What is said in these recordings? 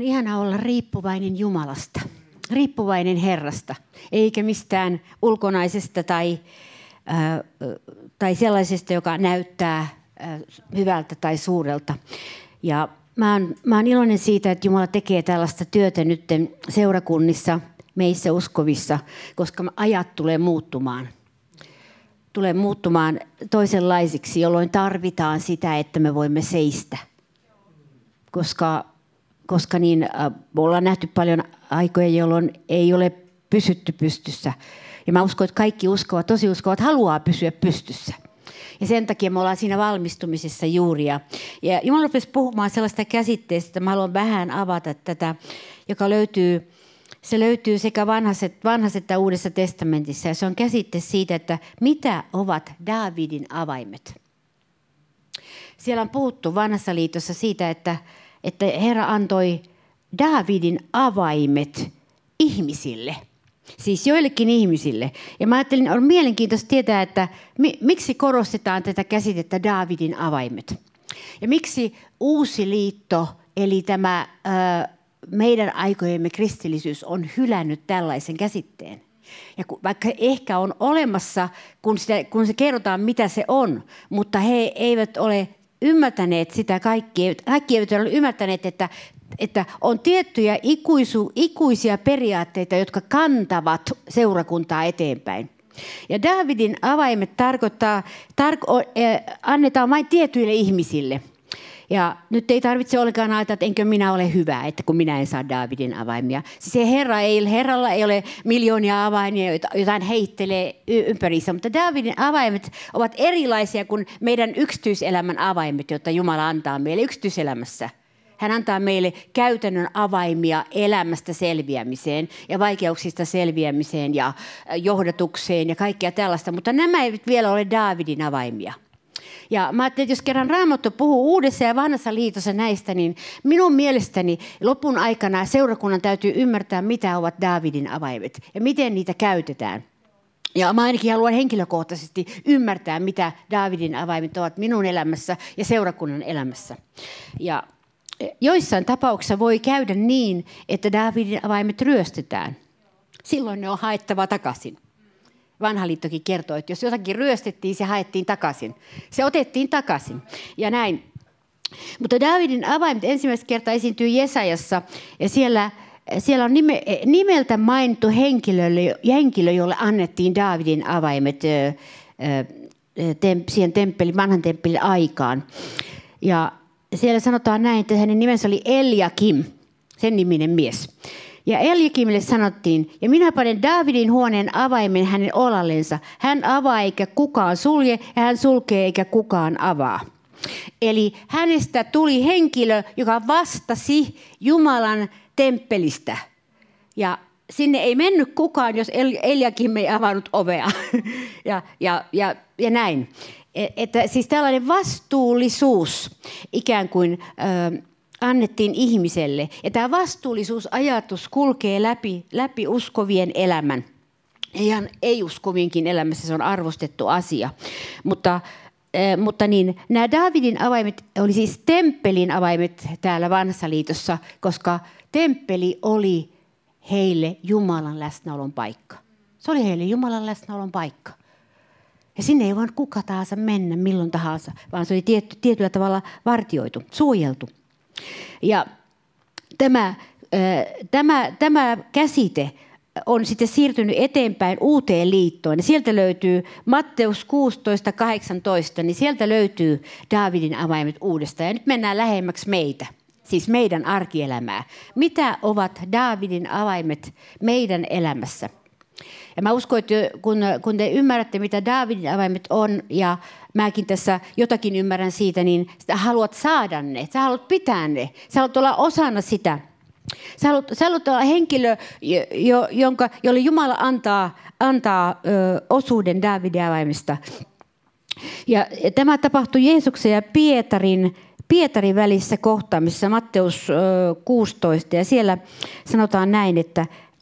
ihana olla riippuvainen Jumalasta, riippuvainen Herrasta, eikä mistään ulkonaisesta tai sellaisesta, joka näyttää hyvältä tai suurelta. Ja mä oon iloinen siitä, että Jumala tekee tällaista työtä nyt seurakunnissa, meissä uskovissa, koska ajat tulee muuttumaan. Tulee muuttumaan toisenlaisiksi, jolloin tarvitaan sitä, että me voimme seistä. Koska niin, ollaan nähty paljon aikoja, jolloin ei ole pysytty pystyssä. Ja mä uskon, että kaikki tosi uskovat, haluaa pysyä pystyssä. Ja sen takia me ollaan siinä valmistumisessa juuri. Ja Jumala rupesi puhumaan sellaista käsitteestä, että mä haluan vähän avata tätä, joka löytyy sekä vanhassa että Uudessa testamentissa. Ja se on käsite siitä, että mitä ovat Daavidin avaimet. Siellä on puhuttu vanhassa liitossa siitä, että Herra antoi Daavidin avaimet ihmisille. Siis joillekin ihmisille. Ja mä ajattelin, on mielenkiintoista tietää, että miksi korostetaan tätä käsitettä Daavidin avaimet. Ja miksi uusi liitto, eli tämä meidän aikojemme kristillisyys on hylännyt tällaisen käsitteen. Ja vaikka ehkä on olemassa, kun se kerrotaan, mitä se on, mutta he eivät ole ymmärtäneet sitä kaikki eivät ole ymmärtäneet, että on tiettyjä ikuisia periaatteita, jotka kantavat seurakuntaa eteenpäin. Ja Daavidin avaimet annetaan vain tietyille ihmisille. Ja nyt ei tarvitse ollenkaan ajatella, että enkö minä ole hyvä, että kun minä en saa Daavidin avaimia. Siis Herralla ei ole miljoonia avaimia, joita hän heittelee ympäriinsä. Mutta Daavidin avaimet ovat erilaisia kuin meidän yksityiselämän avaimet, joita Jumala antaa meille yksityiselämässä. Hän antaa meille käytännön avaimia elämästä selviämiseen ja vaikeuksista selviämiseen ja johdatukseen ja kaikkea tällaista. Mutta nämä eivät vielä ole Daavidin avaimia. Ja mä ajattelin, että jos kerran Raamattu puhuu Uudessa ja Vanhassa liitossa näistä, niin minun mielestäni lopun aikana seurakunnan täytyy ymmärtää, mitä ovat Daavidin avaimet ja miten niitä käytetään. Ja mä ainakin haluan henkilökohtaisesti ymmärtää, mitä Daavidin avaimet ovat minun elämässä ja seurakunnan elämässä. Ja joissain tapauksissa voi käydä niin, että Daavidin avaimet ryöstetään. Silloin ne on haettava takaisin. Vanha liittokin kertoo, että jos jotakin ryöstettiin, se haettiin takaisin. Se otettiin takaisin ja näin. Mutta Daavidin avaimet ensimmäistä kertaa esiintyy Jesajassa ja siellä on nimeltä mainittu henkilö, jolle annettiin Daavidin avaimet siihen vanhan temppelin aikaan. Ja siellä sanotaan näin, että hänen nimensä oli Eliakim, sen niminen mies. Ja Eliakimille sanottiin, ja minä panen Daavidin huoneen avaimen hänen olallensa. Hän avaa eikä kukaan sulje, ja hän sulkee eikä kukaan avaa. Eli hänestä tuli henkilö, joka vastasi Jumalan temppelistä. Ja sinne ei mennyt kukaan, jos Eliakim ei avannut ovea. ja näin. Että siis tällainen vastuullisuus ikään kuin annettiin ihmiselle. Ja tämä vastuullisuusajatus kulkee läpi uskovien elämän. Ihan ei-uskovienkin elämässä se on arvostettu asia. Mutta niin, nämä Daavidin avaimet oli siis temppelin avaimet täällä Vanhassa liitossa, koska temppeli oli heille Jumalan läsnäolon paikka. Se oli heille Jumalan läsnäolon paikka. Ja sinne ei vaan kuka tahansa mennä milloin tahansa, vaan se oli tietyllä tavalla vartioitu, suojeltu. Ja tämä käsite on sitten siirtynyt eteenpäin uuteen liittoon. Ja sieltä löytyy Matteus 16:18, niin sieltä löytyy Daavidin avaimet uudestaan. Ja nyt mennään lähemmäksi meitä, siis meidän arkielämää. Mitä ovat Daavidin avaimet meidän elämässä? Ja mä uskon, että kun te ymmärrätte, mitä Daavidin avaimet on, ja mäkin tässä jotakin ymmärrän siitä, niin sä haluat saada ne, sä haluat pitää ne, sä haluat olla osana sitä. Sä haluat olla henkilö, jolle Jumala antaa osuuden Daavidin avaimista. Ja tämä tapahtui Jeesuksen ja Pietarin välissä kohtaamisessa, Matteus 16, ja siellä sanotaan näin, että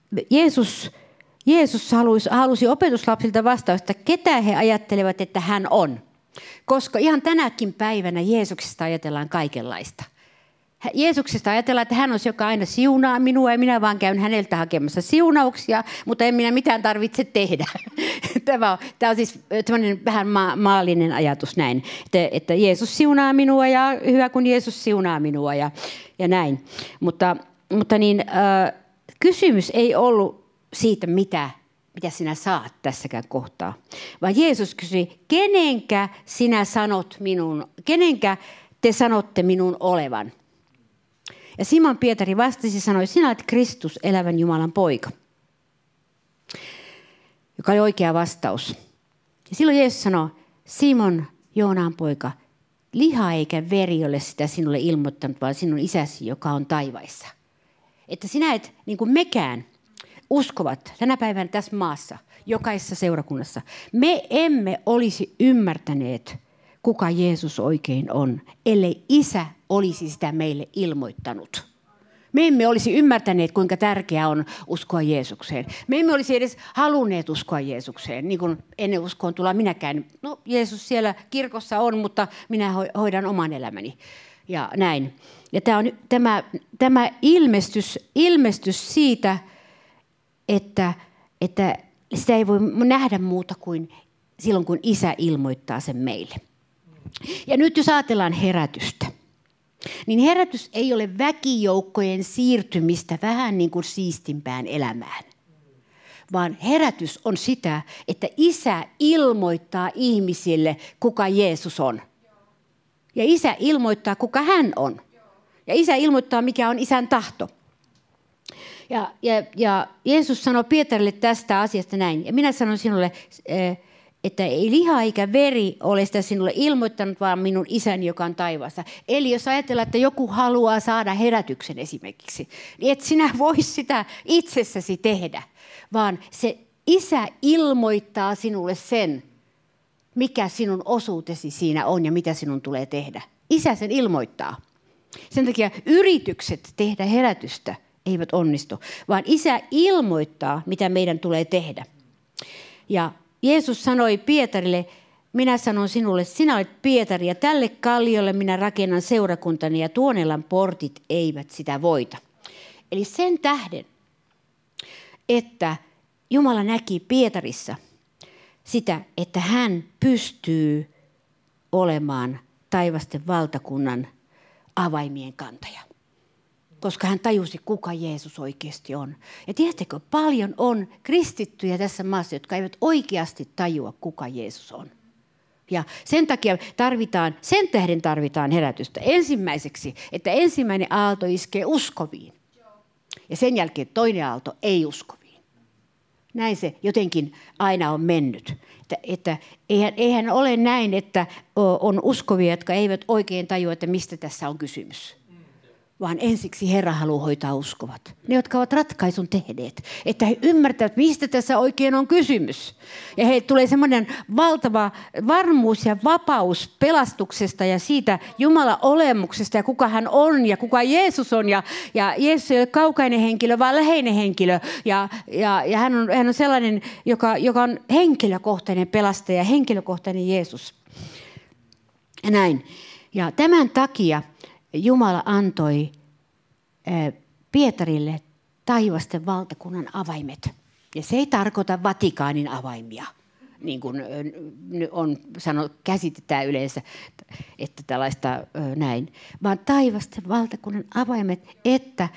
Jeesus halusi opetuslapsilta vastausta, ketä he ajattelevat, että hän on. Koska ihan tänäkin päivänä Jeesuksesta ajatellaan kaikenlaista. Jeesuksesta ajatellaan, että hän on se, joka aina siunaa minua ja minä vaan käyn häneltä hakemassa siunauksia, mutta en minä mitään tarvitse tehdä. Tämä on siis tämmöinen vähän maallinen ajatus näin, että Jeesus siunaa minua ja hyvä kun Jeesus siunaa minua ja näin. Mutta kysymys ei ollut siitä, mitä sinä saat tässäkään kohtaa, vaan Jeesus kysyi, kenenkä te sanotte minun olevan? Ja Simon Pietari vastasi ja sanoi, sinä olet Kristus, elävän Jumalan poika. Joka oli oikea vastaus. Ja silloin Jeesus sanoi, Simon, Joonaan poika, liha eikä veri ole sitä sinulle ilmoittanut, vaan sinun isäsi, joka on taivaissa. Että sinä et, niin kuin mekään, uskovat tänä päivänä tässä maassa, jokaisessa seurakunnassa. Me emme olisi ymmärtäneet, kuka Jeesus oikein on, ellei Isä olisi sitä meille ilmoittanut. Me emme olisi ymmärtäneet, kuinka tärkeää on uskoa Jeesukseen. Me emme olisi edes halunneet uskoa Jeesukseen, niin kuin ennen uskoon tulla minäkään. No, Jeesus siellä kirkossa on, mutta minä hoidan oman elämäni. Ja näin. Ja tämä ilmestys siitä, että sitä ei voi nähdä muuta kuin silloin, kun Isä ilmoittaa sen meille. Ja nyt jos ajatellaan herätystä, niin herätys ei ole väkijoukkojen siirtymistä vähän niin kuin siistimpään elämään, vaan herätys on sitä, että Isä ilmoittaa ihmisille, kuka Jeesus on. Ja Isä ilmoittaa, kuka hän on. Ja Isä ilmoittaa, mikä on Isän tahto. Ja Jeesus sanoi Pietarille tästä asiasta näin. Ja minä sanon sinulle, että ei liha eikä veri ole sitä sinulle ilmoittanut, vaan minun Isäni, joka on taivaassa. Eli jos ajatellaan, että joku haluaa saada herätyksen esimerkiksi, niin et sinä voi sitä itsessäsi tehdä, vaan se Isä ilmoittaa sinulle sen, mikä sinun osuutesi siinä on ja mitä sinun tulee tehdä. Isä sen ilmoittaa. Sen takia yritykset tehdä herätystä eivät onnistu, vaan Isä ilmoittaa, mitä meidän tulee tehdä. Ja Jeesus sanoi Pietarille, minä sanon sinulle, sinä olet Pietari ja tälle kalliolle minä rakennan seurakuntani ja Tuonelan portit eivät sitä voita. Eli sen tähden, että Jumala näki Pietarissa sitä, että hän pystyy olemaan taivasten valtakunnan avaimien kantaja. Koska hän tajusi, kuka Jeesus oikeasti on. Ja tiedättekö, paljon on kristittyjä tässä maassa, jotka eivät oikeasti tajua, kuka Jeesus on. Ja sen tähden tarvitaan herätystä. Ensimmäiseksi, että ensimmäinen aalto iskee uskoviin. Ja sen jälkeen toinen aalto ei uskoviin. Näin se jotenkin aina on mennyt. Että eihän ole näin, että on uskovia, jotka eivät oikein tajua, että mistä tässä on kysymys. Vaan ensiksi Herra haluaa hoitaa uskovat. Ne, jotka ovat ratkaisun tehneet. Että he ymmärtävät, mistä tässä oikein on kysymys. Ja heille tulee semmoinen valtava varmuus ja vapaus pelastuksesta ja siitä Jumalan olemuksesta ja kuka hän on ja kuka Jeesus on. Ja Jeesus ei ole kaukainen henkilö, vaan läheinen henkilö. Ja hän on sellainen, joka on henkilökohtainen pelastaja, henkilökohtainen Jeesus. Ja näin. Ja tämän takia Jumala antoi Pietarille taivasten valtakunnan avaimet. Ja se ei tarkoita Vatikaanin avaimia, niin kuin käsitetään yleensä, että tällaista näin. Vaan taivasten valtakunnan avaimet, että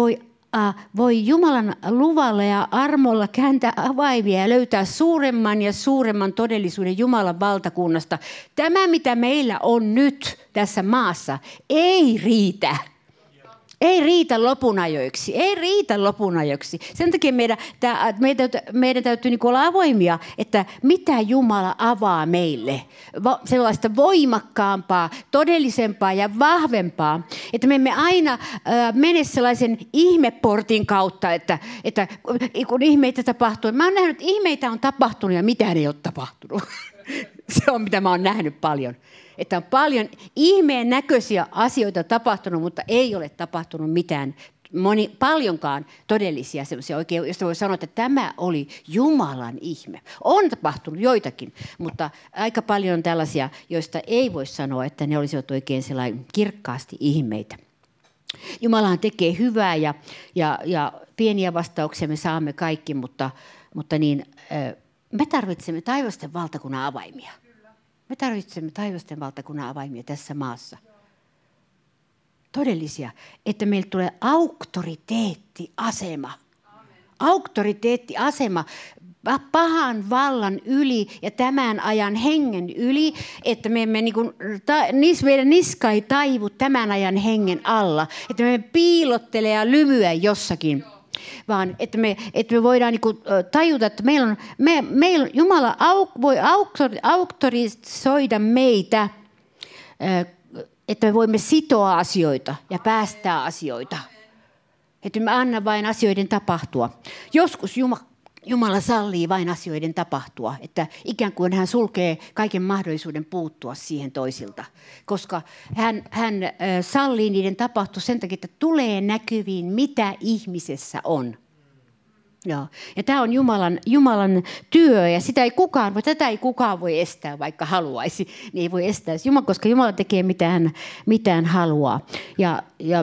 voi Jumalan luvalla ja armolla kääntää avaimia ja löytää suuremman ja suuremman todellisuuden Jumalan valtakunnasta. Tämä, mitä meillä on nyt tässä maassa, ei riitä. Ei riitä lopunajoiksi. Ei riitä lopunajoiksi. Sen takia meidän täytyy olla avoimia, että mitä Jumala avaa meille. Sellaista voimakkaampaa, todellisempaa ja vahvempaa. Että me emme aina mene sellaisen ihmeportin kautta, että kun ihmeitä tapahtuu. Mä oon nähnyt, että ihmeitä on tapahtunut ja mitään ei ole tapahtunut. Se on mitä mä oon nähnyt paljon. Että on paljon ihmeen näköisiä asioita tapahtunut, mutta ei ole tapahtunut mitään, paljonkaan todellisia sellaisia oikein, josta voi sanoa, että tämä oli Jumalan ihme. On tapahtunut joitakin, mutta aika paljon on tällaisia, joista ei voi sanoa, että ne olisivat oikein sellainen kirkkaasti ihmeitä. Jumalahan tekee hyvää ja pieniä vastauksia me saamme kaikki, mutta niin, me tarvitsemme taivasten valtakunnan avaimia. Me tarvitsemme taivasten valtakunnan avaimia tässä maassa. Todellisia, että meillä tulee auktoriteettiasema. Auktoriteettiasema pahan vallan yli ja tämän ajan hengen yli, että me emme meidän niska ei taivu tämän ajan hengen alla, että me piilottele ja lymyä jossakin, vaan että me voidaan tajuta, että meillä Jumala voi auktorisoida meitä, että me voimme sitoa asioita ja päästää asioita. Että me anna vain asioiden tapahtua. Joskus Jumala sallii vain asioiden tapahtua, että ikään kuin hän sulkee kaiken mahdollisuuden puuttua siihen toisilta. Koska hän sallii niiden tapahtua sen takia, että tulee näkyviin, mitä ihmisessä on. Joo. Ja tämä on Jumalan työ ja tätä ei kukaan voi estää, vaikka haluaisi. Niin ei voi estää, koska Jumala tekee mitä hän haluaa. Ja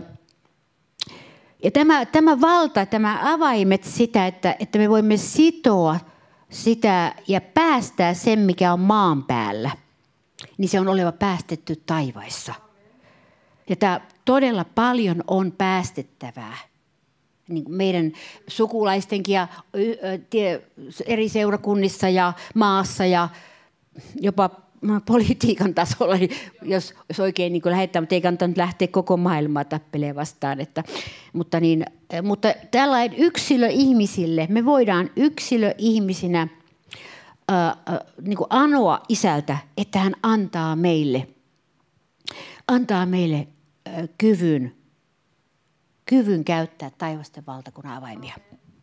tämä valta, tämä avaimet sitä, että me voimme sitoa sitä ja päästää sen, mikä on maan päällä, niin se on oleva päästetty taivaissa. Ja tämä todella paljon on päästettävää. Niin meidän sukulaistenkin ja eri seurakunnissa ja maassa ja jopa politiikan tasolla, jos oikein niin lähdetään, mutta ei kannata nyt lähteä koko maailmaa tappelemaan vastaan. Mutta tällainen yksilöihmisille, me voidaan yksilöihmisinä anoa Isältä, että hän antaa meille kyvyn käyttää taivasten valtakunnan avaimia.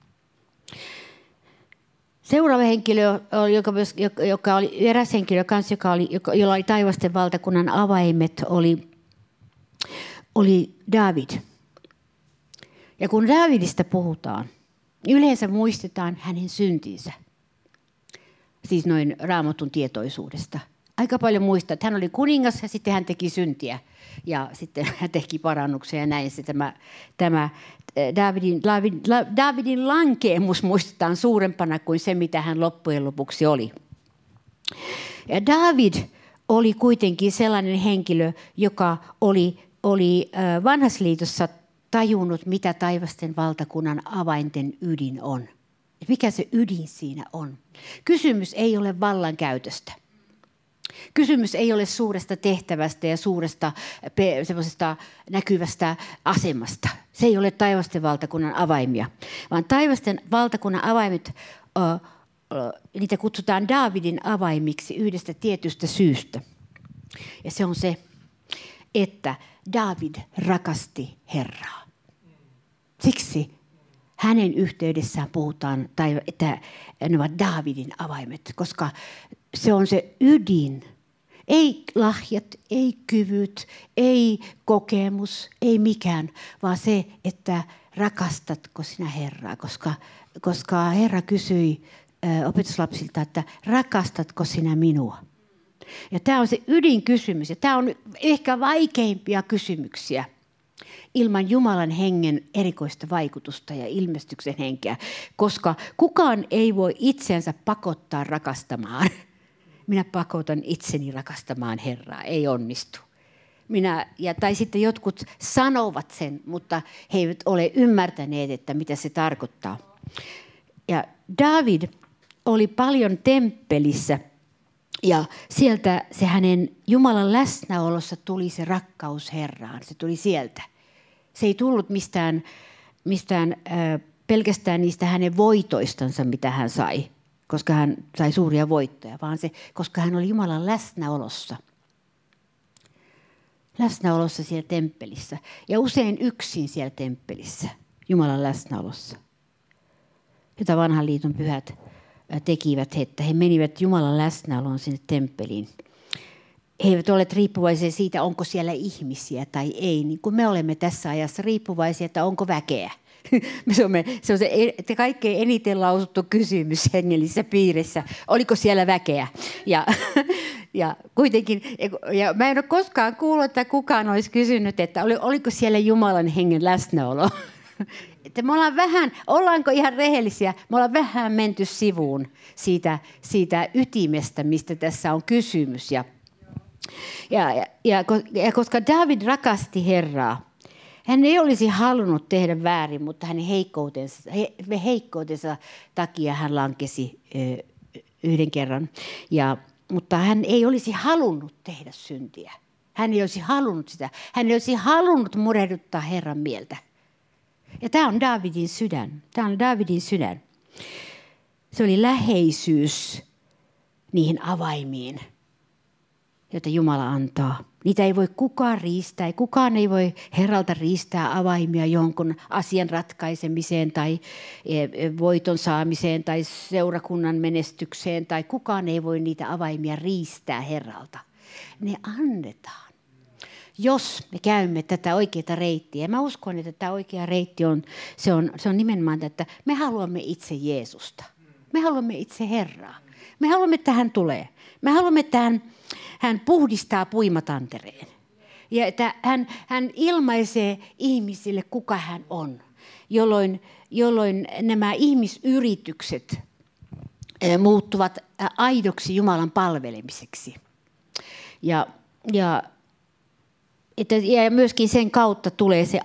Seuraava henkilö, joka oli eräs henkilö kanssa, jolla oli taivasten valtakunnan avaimet, oli David. Ja kun Davidista puhutaan, niin yleensä muistetaan hänen syntinsä. Siis noin Raamatun tietoisuudesta. Aika paljon muistaa, että hän oli kuningas ja sitten hän teki syntiä. Ja sitten hän teki parannuksia ja näin se tämä Davidin lankeemus muistetaan suurempana kuin se, mitä hän loppujen lopuksi oli. Ja David oli kuitenkin sellainen henkilö, joka oli vanhassa liitossa tajunnut, mitä taivasten valtakunnan avainten ydin on. Mikä se ydin siinä on. Kysymys ei ole vallankäytöstä. Kysymys ei ole suuresta tehtävästä ja suuresta semmoisesta näkyvästä asemasta. Se ei ole taivasten valtakunnan avaimia, vaan taivasten valtakunnan avaimet, niitä kutsutaan Davidin avaimiksi yhdestä tietystä syystä. Ja se on se, että David rakasti Herraa. Siksi hänen yhteydessään puhutaan, että ne ovat Davidin avaimet, koska se on se ydin. Ei lahjat, ei kyvyt, ei kokemus, ei mikään, vaan se, että rakastatko sinä Herraa, koska Herra kysyi opetuslapsilta, että rakastatko sinä minua. Ja tämä on se ydinkysymys ja tämä on ehkä vaikeimpia kysymyksiä ilman Jumalan hengen erikoista vaikutusta ja ilmestyksen henkeä, koska kukaan ei voi itsensä pakottaa rakastamaan. Minä pakotan itseni rakastamaan Herraa, ei onnistu. Tai sitten jotkut sanovat sen, mutta he eivät ole ymmärtäneet, että mitä se tarkoittaa. Ja David oli paljon temppelissä ja sieltä se hänen Jumalan läsnäolossa tuli se rakkaus Herraan, se tuli sieltä. Se ei tullut mistään pelkästään niistä hänen voitoistansa, mitä hän sai, koska hän sai suuria voittoja, vaan koska hän oli Jumalan läsnäolossa. Läsnäolossa siellä temppelissä ja usein yksin siellä temppelissä, Jumalan läsnäolossa. Jota vanhan liiton pyhät tekivät, että he menivät Jumalan läsnäoloon sinne temppeliin. He eivät ole riippuvaisia siitä, onko siellä ihmisiä tai ei, niin kuin me olemme tässä ajassa riippuvaisia, että onko väkeä. Se on se kaikkein eniten lausuttu kysymys hengellisessä piirissä. Oliko siellä väkeä? Ja kuitenkin, ja mä en ole koskaan kuullut, että kukaan olisi kysynyt, että oliko siellä Jumalan hengen läsnäolo. Että me ollaanko ihan rehellisiä, me ollaan vähän menty sivuun siitä ytimestä, mistä tässä on kysymys. Ja koska David rakasti Herraa, hän ei olisi halunnut tehdä väärin, mutta hänen heikkoutensa takia hän lankesi yhden kerran. Mutta hän ei olisi halunnut tehdä syntiä. Hän ei olisi halunnut sitä. Hän ei olisi halunnut murehduttaa Herran mieltä. Ja tämä on Davidin sydän. Tämä on Davidin sydän. Se oli läheisyys niihin avaimiin, joita Jumala antaa. Niitä ei voi kukaan riistää. Kukaan ei voi Herralta riistää avaimia jonkun asian ratkaisemiseen tai voiton saamiseen tai seurakunnan menestykseen. Tai kukaan ei voi niitä avaimia riistää Herralta. Ne annetaan. Jos me käymme tätä oikeaa reittiä, ja mä uskon, että tämä oikea reitti on nimenomaan, että me haluamme itse Jeesusta. Me haluamme itse Herraa. Me haluamme, että hän tulee. Me haluamme, että hän puhdistaa puimatantereen. Ja että hän ilmaisee ihmisille, kuka hän on. Jolloin nämä ihmisyritykset muuttuvat aidoksi Jumalan palvelemiseksi. Ja myöskin sen kautta tulee se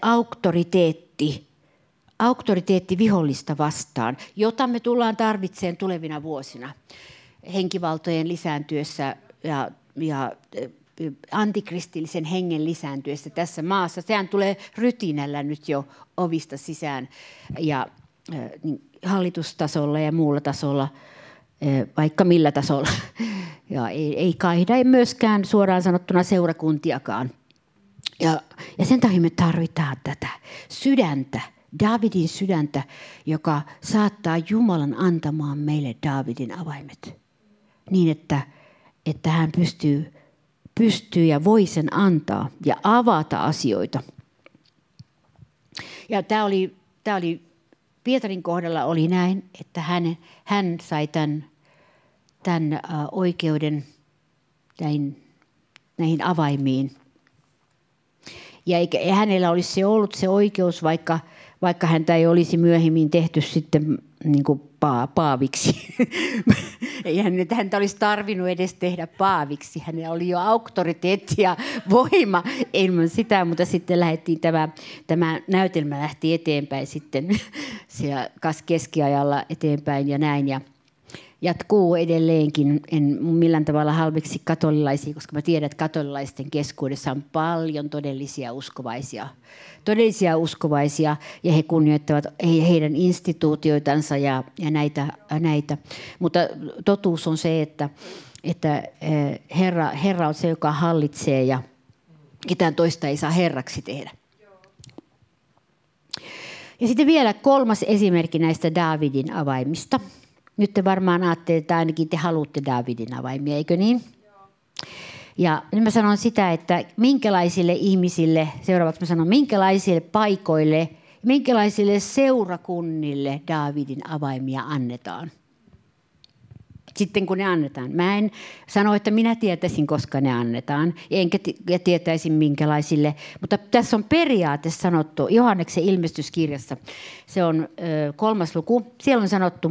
auktoriteetti vihollista vastaan, jota me tullaan tarvitsemaan tulevina vuosina henkivaltojen lisääntyessä ja antikristillisen hengen lisääntyessä tässä maassa. Sehän tulee rytinällä nyt jo ovista sisään ja hallitustasolla ja muulla tasolla, vaikka millä tasolla. Ja ei kaihda myöskään suoraan sanottuna seurakuntiakaan. Ja sen takia me tarvitaan tätä sydäntä, Davidin sydäntä, joka saattaa Jumalan antamaan meille Davidin avaimet. Niin, että hän pystyy ja voi sen antaa ja avata asioita. Ja tämä oli Pietarin kohdalla oli näin, että hän sai tämän oikeuden näihin avaimiin. Ja hänellä olisi ollut se oikeus, vaikka häntä ei olisi myöhemmin tehty sitten niin kuin paaviksi. Ei häntä olisi tarvinnut edes tehdä paaviksi. Hänellä oli jo auktoriteetti ja voima ilman sitä, mutta sitten tämä näytelmä lähti eteenpäin sitten siellä keskiajalla eteenpäin ja näin. Ja jatkuu edelleenkin, en millään tavalla halveksi katolilaisia, koska mä tiedän, että katolilaisten keskuudessa on paljon todellisia uskovaisia ja he kunnioittavat heidän instituutioitansa ja näitä. Mutta totuus on se, että Herra on se, joka hallitsee ja ketään toista ei saa herraksi tehdä. Ja sitten vielä 3. esimerkki näistä Davidin avaimista. Nyt te varmaan ajattelette, että ainakin te haluatte Davidin avaimia, eikö niin? Joo. Ja nyt mä sanon sitä, että minkälaisille ihmisille, seuraavaksi mä sanon, minkälaisille paikoille, minkälaisille seurakunnille Davidin avaimia annetaan. Sitten kun ne annetaan. Mä en sano, että minä tietäisin, koska ne annetaan, enkä tietäisin minkälaisille. mutta tässä on periaate sanottu Johanneksen ilmestyskirjassa. Se on 3. luku. Siellä on sanottu,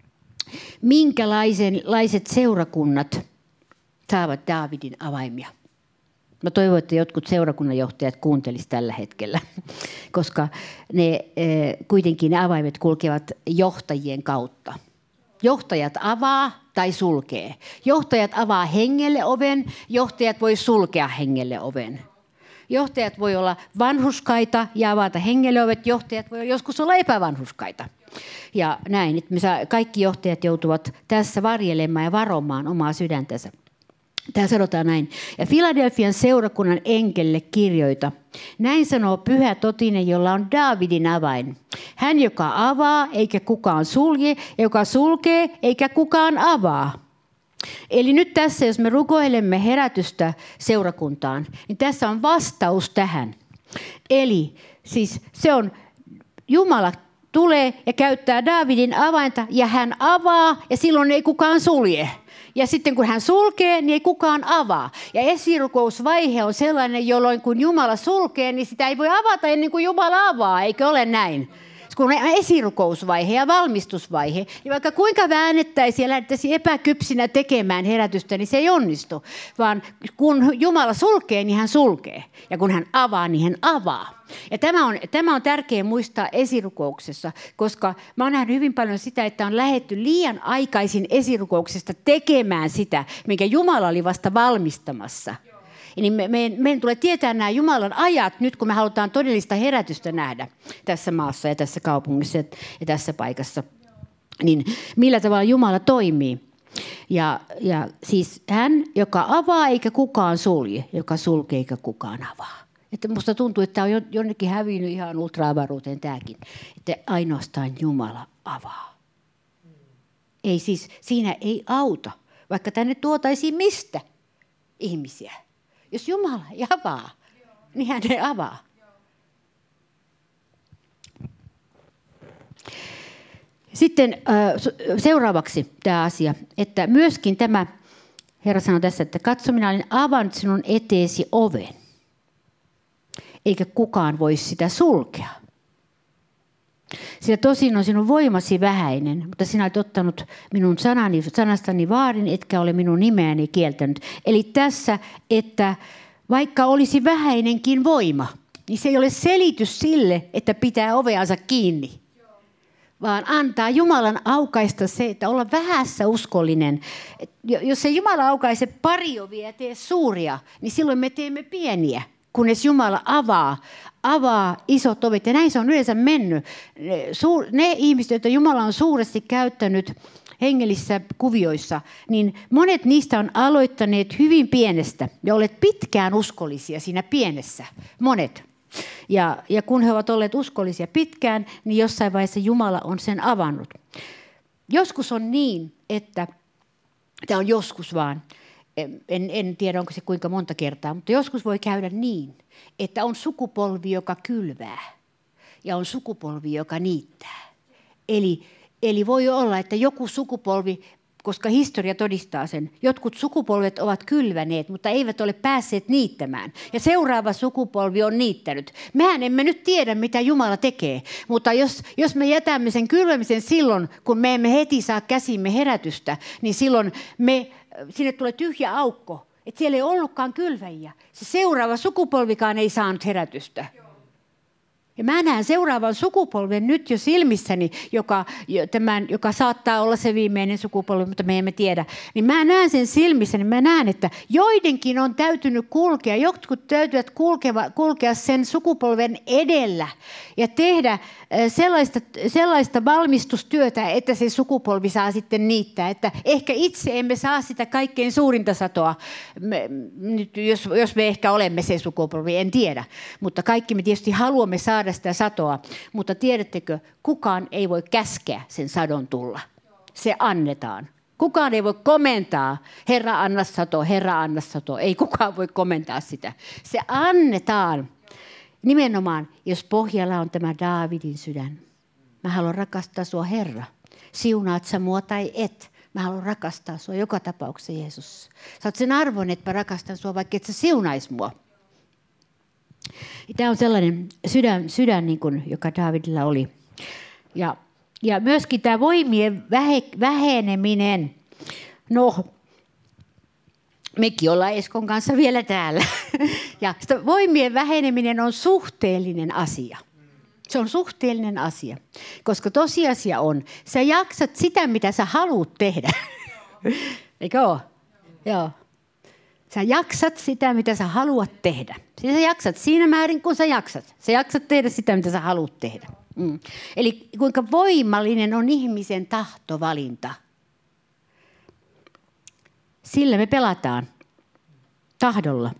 minkälaiset seurakunnat saavat Davidin avaimia. Mä toivon, että jotkut seurakunnanjohtajat kuuntelisivat tällä hetkellä, koska kuitenkin ne avaimet kulkevat johtajien kautta. Johtajat avaa tai sulkee. Johtajat avaa hengelle oven, johtajat voi sulkea hengelle oven. Johtajat voi olla vanhurskaita ja avata hengelle ovet, johtajat voi joskus olla epävanhurskaita. Ja näin, että kaikki johtajat joutuvat tässä varjelemaan ja varomaan omaa sydäntänsä. Tämä sanotaan näin. Ja Filadelfian seurakunnan enkelille kirjoita. Näin sanoo Pyhä Totinen, jolla on Davidin avain. Hän, joka avaa, eikä kukaan sulje, joka sulkee, eikä kukaan avaa. Eli nyt tässä, jos me rukoilemme herätystä seurakuntaan, niin tässä on vastaus tähän. Eli siis se on Jumala tulee ja käyttää Daavidin avainta ja hän avaa ja silloin ei kukaan sulje. Ja sitten kun hän sulkee, niin ei kukaan avaa. Ja esirukousvaihe on sellainen, jolloin kun Jumala sulkee, niin sitä ei voi avata ennen kuin Jumala avaa, eikö ole näin? Kun on esirukousvaihe ja valmistusvaihe, niin vaikka kuinka väännettäisiin ja lähdettäisiin epäkypsinä tekemään herätystä, niin se ei onnistu. Vaan kun Jumala sulkee, niin hän sulkee. Ja kun hän avaa, niin hän avaa. Ja tämä on tärkeää muistaa esirukouksessa, koska mä oon nähnyt hyvin paljon sitä, että on lähdetty liian aikaisin esirukouksesta tekemään sitä, minkä Jumala oli vasta valmistamassa. Niin meidän tulee tietää nämä Jumalan ajat nyt, kun me halutaan todellista herätystä nähdä tässä maassa ja tässä kaupungissa ja tässä paikassa. Niin millä tavalla Jumala toimii. Ja siis hän, joka avaa eikä kukaan sulje, joka sulkee eikä kukaan avaa. Että musta tuntuu, että tämä on jonnekin hävinnyt ihan ultra-avaruuteen tämäkin. Että ainoastaan Jumala avaa. Ei siis, siinä ei auta, vaikka tänne tuotaisiin mistä ihmisiä. Jos Jumala ei avaa, niin hän ei avaa. Sitten seuraavaksi tämä asia, että myöskin tämä, Herra sanoi tässä, että katso, minä olen avannut sinun eteesi oven, eikä kukaan voi sitä sulkea. Sillä tosin on sinun voimasi vähäinen, mutta sinä olet ottanut minun sanastani vaarin, etkä ole minun nimeäni kieltänyt. Eli tässä, että vaikka olisi vähäinenkin voima, niin se ei ole selitys sille, että pitää oveansa kiinni. Vaan antaa Jumalan aukaista se, että olla vähässä uskollinen. Jos se Jumala aukaise pari ovia ja tee suuria, niin silloin me teemme pieniä, kunnes Jumala avaa isot ovet. Ja näin se on yleensä mennyt. Ne ihmiset, joita Jumala on suuresti käyttänyt hengellisissä kuvioissa, niin monet niistä on aloittaneet hyvin pienestä ja olet pitkään uskollisia siinä pienessä. Monet. Ja kun he ovat olleet uskollisia pitkään, niin jossain vaiheessa Jumala on sen avannut. Joskus on niin, että tämä on joskus vaan, en tiedä onko se kuinka monta kertaa, mutta joskus voi käydä niin, että on sukupolvi, joka kylvää ja on sukupolvi, joka niittää. Eli voi olla, että joku sukupolvi, koska historia todistaa sen, jotkut sukupolvet ovat kylväneet, mutta eivät ole päässeet niittämään. Ja seuraava sukupolvi on niittänyt. Mehän emme nyt tiedä, mitä Jumala tekee, mutta jos me jätämme sen kylvämisen silloin, kun me emme heti saa käsimme herätystä, niin silloin sinne tulee tyhjä aukko, että siellä ei ollutkaan kylväjiä. Se seuraava sukupolvikaan ei saanut herätystä. Ja mä näen seuraavan sukupolven nyt jo silmissäni, joka saattaa olla se viimeinen sukupolvi, mutta me emme tiedä. Niin mä näen sen silmissäni, mä näen, että joidenkin on täytynyt kulkea, jotkut täytyvät kulkea sen sukupolven edellä ja tehdä sellaista valmistustyötä, että se sukupolvi saa sitten niittää. Että ehkä itse emme saa sitä kaikkein suurinta satoa, nyt, jos me ehkä olemme se sukupolvi, en tiedä. Mutta kaikki me tietysti haluamme saada sitä satoa, mutta tiedättekö, kukaan ei voi käskeä sen sadon tulla. Se annetaan. Kukaan ei voi komentaa, Herra anna sato, Herra anna sato. Ei kukaan voi komentaa sitä. Se annetaan. Nimenomaan, jos pohjalla on tämä Daavidin sydän. Mä haluan rakastaa sua, Herra. Siunaat sä mua tai et. Mä haluan rakastaa sua joka tapauksessa, Jeesus. Sä oot sen arvon, että mä rakastan sua, vaikka et sä siunais mua. Tämä on sellainen sydän niin kuin, joka Daavidilla oli. Ja myöskin tämä voimien väheneminen. No, mekin ollaan Eskon kanssa vielä täällä. Ja voimien väheneminen on suhteellinen asia. Se on suhteellinen asia. Koska tosiasia on, sä jaksat sitä, mitä sä haluat tehdä. Eikö ole? Joo. Sä jaksat sitä, mitä sä haluat tehdä. Sä jaksat siinä määrin, kun sä jaksat. Sä jaksat tehdä sitä, mitä sä haluat tehdä. Eli kuinka voimallinen on ihmisen tahtovalinta. Sillä me pelataan. Tahdolla.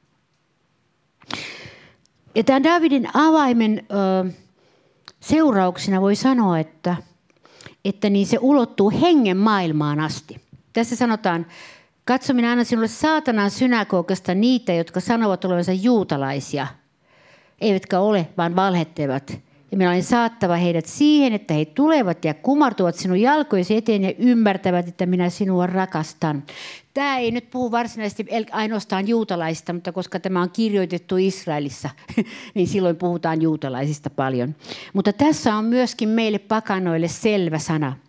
Ja tämän Daavidin avaimen seurauksena voi sanoa, että niin se ulottuu hengen maailmaan asti. Tässä sanotaan, katso, minä annan sinulle saatanan synagogasta niitä, jotka sanovat olevansa juutalaisia, eivätkä ole, vaan valhettelevat. Ja minä olen saattava heidät siihen, että he tulevat ja kumartuvat sinun jalkojesi eteen ja ymmärtävät, että minä sinua rakastan. Tämä ei nyt puhu varsinaisesti ainoastaan juutalaisista, mutta koska tämä on kirjoitettu Israelissa, niin silloin puhutaan juutalaisista paljon. Mutta tässä on myöskin meille pakanoille selvä sana,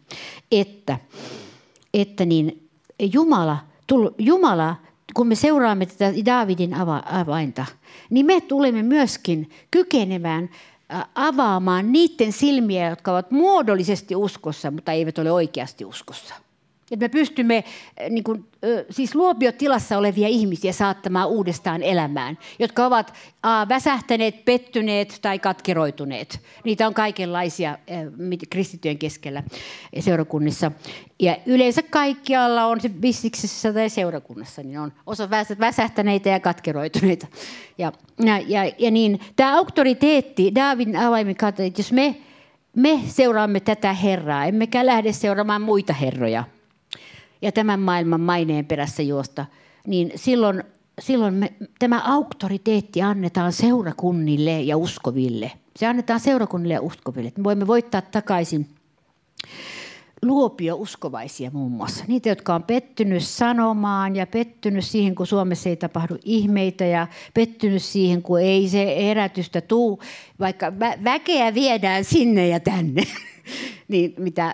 että niin Jumala, kun me seuraamme tätä Daavidin avainta, niin me tulemme myöskin kykenemään avaamaan niiden silmiä, jotka ovat muodollisesti uskossa, mutta eivät ole oikeasti uskossa. Että me pystymme siis luopiotilassa olevia ihmisiä saattamaan uudestaan elämään, jotka ovat väsähtäneet, pettyneet tai katkeroituneet. Niitä on kaikenlaisia kristittyjen keskellä seurakunnissa. Ja yleensä kaikkialla on se bisniksessä tai seurakunnassa, niin on osa väsähtäneitä ja katkeroituneita. Ja niin, tämä auktoriteetti, Daavidin avaimen kautta, että jos me seuraamme tätä Herraa, emmekä lähde seuraamaan muita herroja, ja tämän maailman maineen perässä juosta, niin silloin tämä auktoriteetti annetaan seurakunnille ja uskoville. Se annetaan seurakunnille ja uskoville. Me voimme voittaa takaisin luopio-uskovaisia muun muassa. Niitä, jotka on pettynyt sanomaan ja pettynyt siihen, kun Suomessa ei tapahdu ihmeitä ja pettynyt siihen, kun ei se herätystä tule, vaikka väkeä viedään sinne ja tänne. niin mitä...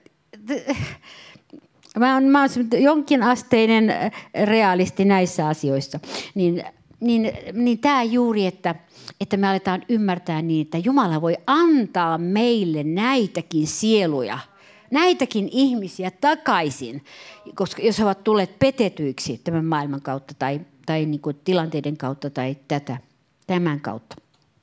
Mä oon jonkinasteinen realisti näissä asioissa. Niin tämä juuri, että me aletaan ymmärtää niin, että Jumala voi antaa meille näitäkin sieluja, näitäkin ihmisiä takaisin, koska jos he ovat tulleet petetyiksi tämän maailman kautta tai niin kuin tilanteiden kautta tai tämän kautta.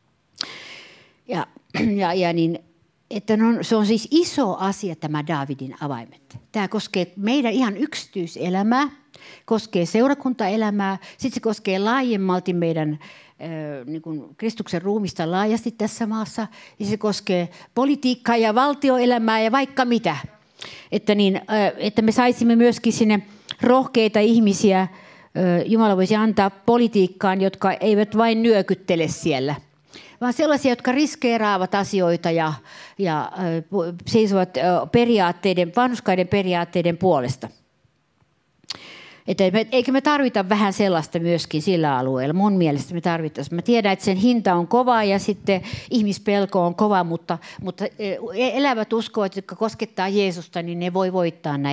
Ja niin... Että se on siis iso asia tämä Daavidin avaimet. Tämä koskee meidän ihan yksityiselämää, koskee seurakuntaelämää, sitten se koskee laajemmalti meidän niin kuin Kristuksen ruumista laajasti tässä maassa, ja se koskee politiikkaa ja valtioelämää ja vaikka mitä. Että me saisimme myöskin sinne rohkeita ihmisiä, Jumala voisi antaa politiikkaan, jotka eivät vain nyökyttele siellä, vaan sellaisia, jotka riskeeraavat asioita ja seisovat vanhurskaiden periaatteiden puolesta. Eikö me tarvita vähän sellaista myöskin sillä alueella? Mun mielestä me tarvittaisiin. Mä tiedän, että sen hinta on kova ja sitten ihmispelko on kova, mutta elävät uskovat, jotka koskettaa Jeesusta, niin ne voi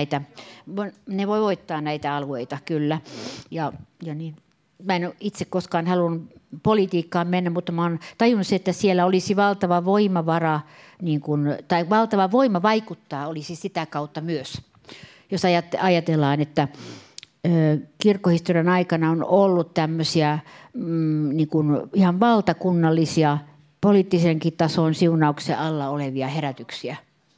voittaa näitä alueita, kyllä. Ja niin. Mä en ole itse koskaan halunnut politiikkaan mennä, mutta mä oon tajunnut, että siellä olisi valtava voimavara, tai valtava voima vaikuttaa olisi sitä kautta myös. Jos ajatellaan, että kirkkohistorian aikana on ollut tämmöisiä ihan valtakunnallisia poliittisenkin tason siunauksen alla olevia herätyksiä.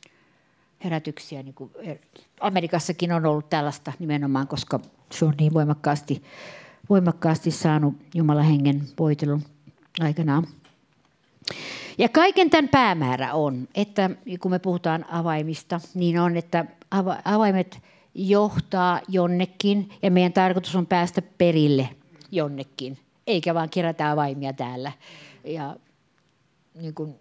Niin kuin Amerikassakin on ollut tällaista nimenomaan, koska se on niin voimakkaasti saanut Jumalan hengen voitelun aikanaan. Ja kaiken tämän päämäärä on, että kun me puhutaan avaimista, niin on, että avaimet johtaa jonnekin ja meidän tarkoitus on päästä perille jonnekin, eikä vaan kerätä avaimia täällä. Ja niin kuin,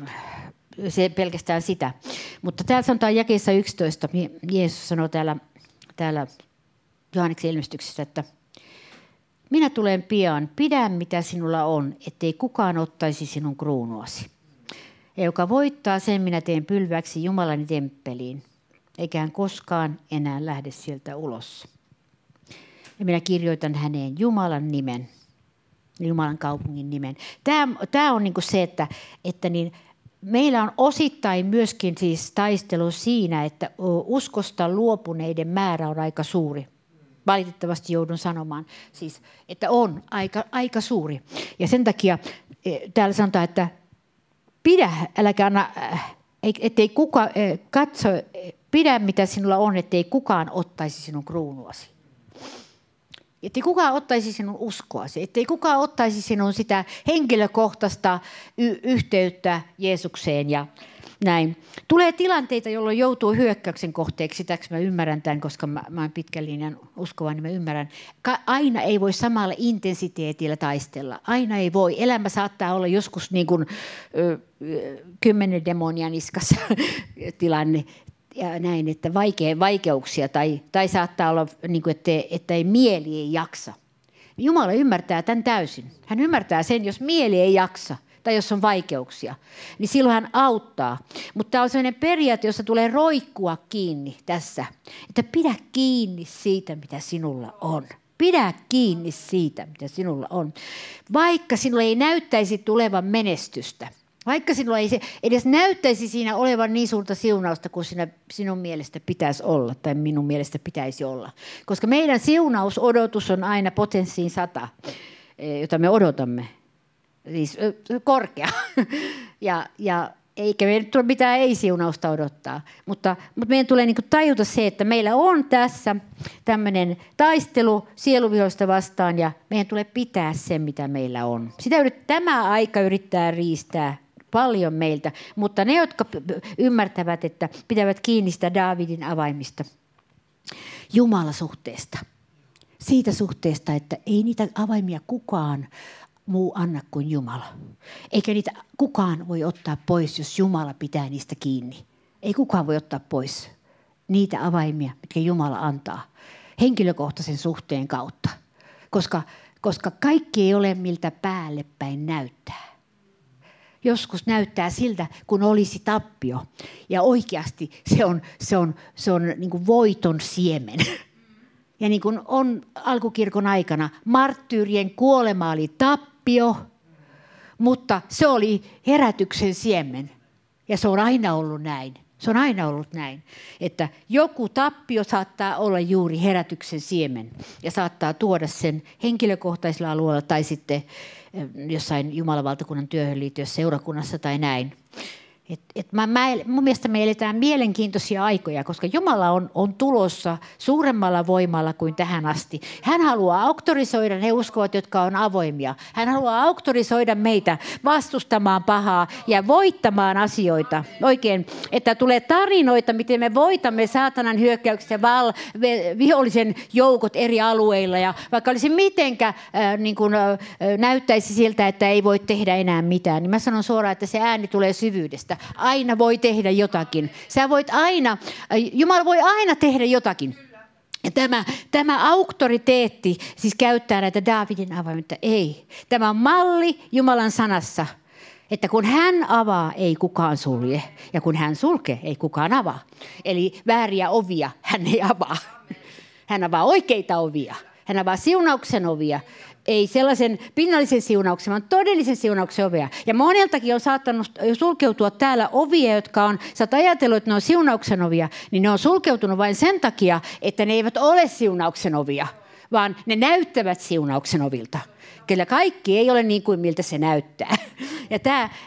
se pelkästään sitä. Mutta täällä sanotaan jakeessa 11, Jeesus sanoo täällä Johanneksen ilmestyksessä, että minä tulen pian, pidä mitä sinulla on, ettei kukaan ottaisi sinun kruunuasi. Ja joka voittaa, sen minä teen pylväksi Jumalani temppeliin, eikä hän koskaan enää lähde sieltä ulos. Ja minä kirjoitan häneen Jumalan nimen, Jumalan kaupungin nimen. Tämä on niin kuin se, että niin meillä on osittain myöskin siis taistelu siinä, että uskosta luopuneiden määrä on aika suuri. Valitettavasti joudun sanomaan, siis, että on aika suuri. Ja sen takia täällä sanotaan, että pidä, äläkä anna, ettei kukaan katso, pidä mitä sinulla on, ettei kukaan ottaisi sinun kruunuasi. Ettei kukaan ottaisi sinun uskoasi, ettei kukaan ottaisi sinun sitä henkilökohtaista yhteyttä Jeesukseen näin. Tulee tilanteita, jolloin joutuu hyökkäyksen kohteeksi. Sitäks mä ymmärrän tämän, koska mä oon pitkän linjan uskova, niin mä ymmärrän. Aina ei voi samalla intensiteetillä taistella. Aina ei voi. Elämä saattaa olla joskus niin kuin 10 demonia niskassa tilanne. Ja näin, että vaikeuksia tai saattaa olla, niin kuin, että mieli ei jaksa. Jumala ymmärtää tämän täysin. Hän ymmärtää sen, jos mieli ei jaksa tai jos on vaikeuksia, niin silloin hän auttaa. Mutta tämä on sellainen periaate, jossa tulee roikkua kiinni tässä, että pidä kiinni siitä, mitä sinulla on. Pidä kiinni siitä, mitä sinulla on. Vaikka sinulle ei näyttäisi tulevan menestystä, vaikka sinulla ei se edes näyttäisi siinä olevan niin suurta siunausta kuin sinun mielestä pitäisi olla tai minun mielestä pitäisi olla. Koska meidän siunausodotus on aina potenssiin 100, jota me odotamme. Siis korkea. Ja eikä meidän tule mitään ei-siunausta odottaa. Mutta meidän tulee niin kuin tajuta se, että meillä on tässä tämmöinen taistelu sieluvihoista vastaan ja meidän tulee pitää se, mitä meillä on. Tämä aika yrittää riistää paljon meiltä, mutta ne, jotka ymmärtävät, että pitävät kiinni sitä Daavidin avaimista, Jumalasuhteesta. Siitä suhteesta, että ei niitä avaimia kukaan muu anna kuin Jumala. Eikä niitä kukaan voi ottaa pois, jos Jumala pitää niistä kiinni. Ei kukaan voi ottaa pois niitä avaimia, mitkä Jumala antaa henkilökohtaisen suhteen kautta. Koska kaikki ei ole miltä päälle päin näyttää. Joskus näyttää siltä, kun olisi tappio. Ja oikeasti se on niin kuin voiton siemen. Ja niin kuin on alkukirkon aikana, marttyyrien kuolema oli tappio, mutta se oli herätyksen siemen. Ja se on aina ollut näin. Se on aina ollut näin, että joku tappio saattaa olla juuri herätyksen siemen ja saattaa tuoda sen henkilökohtaisella alueella tai sitten jossain Jumalan valtakunnan työhön liittyen seurakunnassa tai näin. Mun mielestä me eletään mielenkiintoisia aikoja, koska Jumala on tulossa suuremmalla voimalla kuin tähän asti. Hän haluaa auktorisoida ne uskovat, jotka on avoimia. Hän haluaa auktorisoida meitä vastustamaan pahaa ja voittamaan asioita. Oikein, että tulee tarinoita, miten me voitamme saatanan hyökkäykset ja vihollisen joukot eri alueilla. Ja vaikka olisi mitenkä näyttäisi siltä, että ei voi tehdä enää mitään, niin mä sanon suoraan, että se ääni tulee syvyydestä. Aina voi tehdä jotakin. Jumala voi aina tehdä jotakin. Ja tämä auktoriteetti siis käyttää näitä Daavidin avaimia. Ei. Tämä on malli Jumalan sanassa, että kun hän avaa, ei kukaan sulje. Ja kun hän sulkee, ei kukaan avaa. Eli vääriä ovia hän ei avaa. Hän avaa oikeita ovia. Hän avaa siunauksen ovia. Ei sellaisen pinnallisen siunauksen, vaan todellisen siunauksen ovea. Ja moneltakin on saattanut sulkeutua täällä ovia, jotka on, sä oot ajatellut, että ne on siunauksen ovia, niin ne on sulkeutunut vain sen takia, että ne eivät ole siunauksen ovia, vaan ne näyttävät siunauksen ovilta. Kyllä kaikki ei ole niin kuin miltä se näyttää. Ja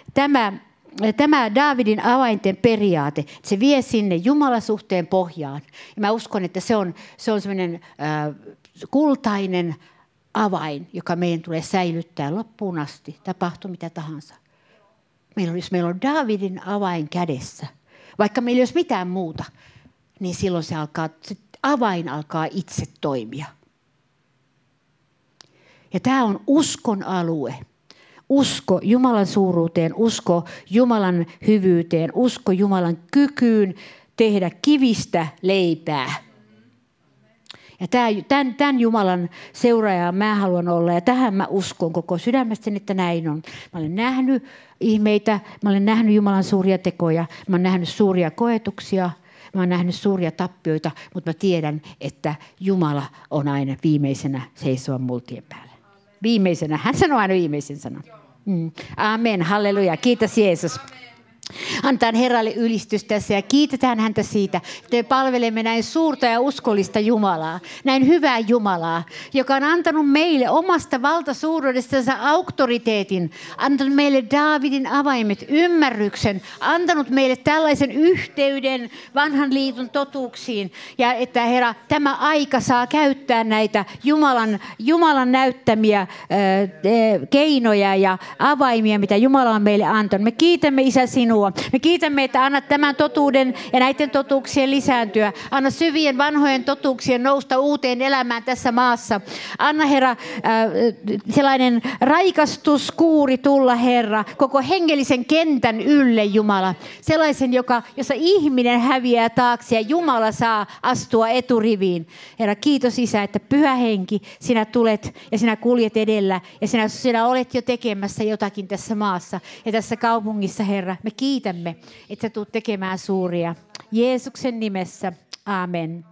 tämä Daavidin avainten periaate, se vie sinne Jumalasuhteen pohjaan. Ja mä uskon, että se on sellainen kultainen avain, joka meidän tulee säilyttää loppuun asti, tapahtuu mitä tahansa. Jos meillä on Daavidin avain kädessä, vaikka meillä ei olisi mitään muuta, niin silloin se avain alkaa itse toimia. Ja tämä on uskon alue. Usko Jumalan suuruuteen, usko Jumalan hyvyyteen, usko Jumalan kykyyn tehdä kivistä leipää. Ja tämän Jumalan seuraaja mä haluan olla ja tähän mä uskon koko sydämestäni, että näin on. Mä olen nähnyt ihmeitä, mä olen nähnyt Jumalan suuria tekoja, mä olen nähnyt suuria koetuksia, mä olen nähnyt suuria tappioita, mutta mä tiedän, että Jumala on aina viimeisenä seisovan multien päällä. Viimeisenä, hän sanoo aina viimeisen sanan. Amen, halleluja, kiitos Jeesus. Antaa Herralle ylistys tässä ja kiitetään häntä siitä, että me palvelemme näin suurta ja uskollista Jumalaa, näin hyvää Jumalaa, joka on antanut meille omasta valtasuuruudestansa auktoriteetin, antanut meille Daavidin avaimet, ymmärryksen, antanut meille tällaisen yhteyden vanhan liiton totuuksiin ja että Herra, tämä aika saa käyttää näitä Jumalan näyttämiä keinoja ja avaimia, mitä Jumala on meille antanut. Me kiitämme Isä sinua. Me kiitämme, että annat tämän totuuden ja näiden totuuksien lisääntyä. Anna syvien vanhojen totuuksien nousta uuteen elämään tässä maassa. Anna Herra sellainen raikastuskuuri tulla Herra koko hengellisen kentän ylle Jumala. Sellaisen, jossa ihminen häviää taakse ja Jumala saa astua eturiviin. Herra, kiitos Isä, että Pyhä Henki, sinä tulet ja sinä kuljet edellä ja sinä olet jo tekemässä jotakin tässä maassa ja tässä kaupungissa, Herra. Me kiitämme, että sä tulet tekemään suuria. Jeesuksen nimessä. Amen.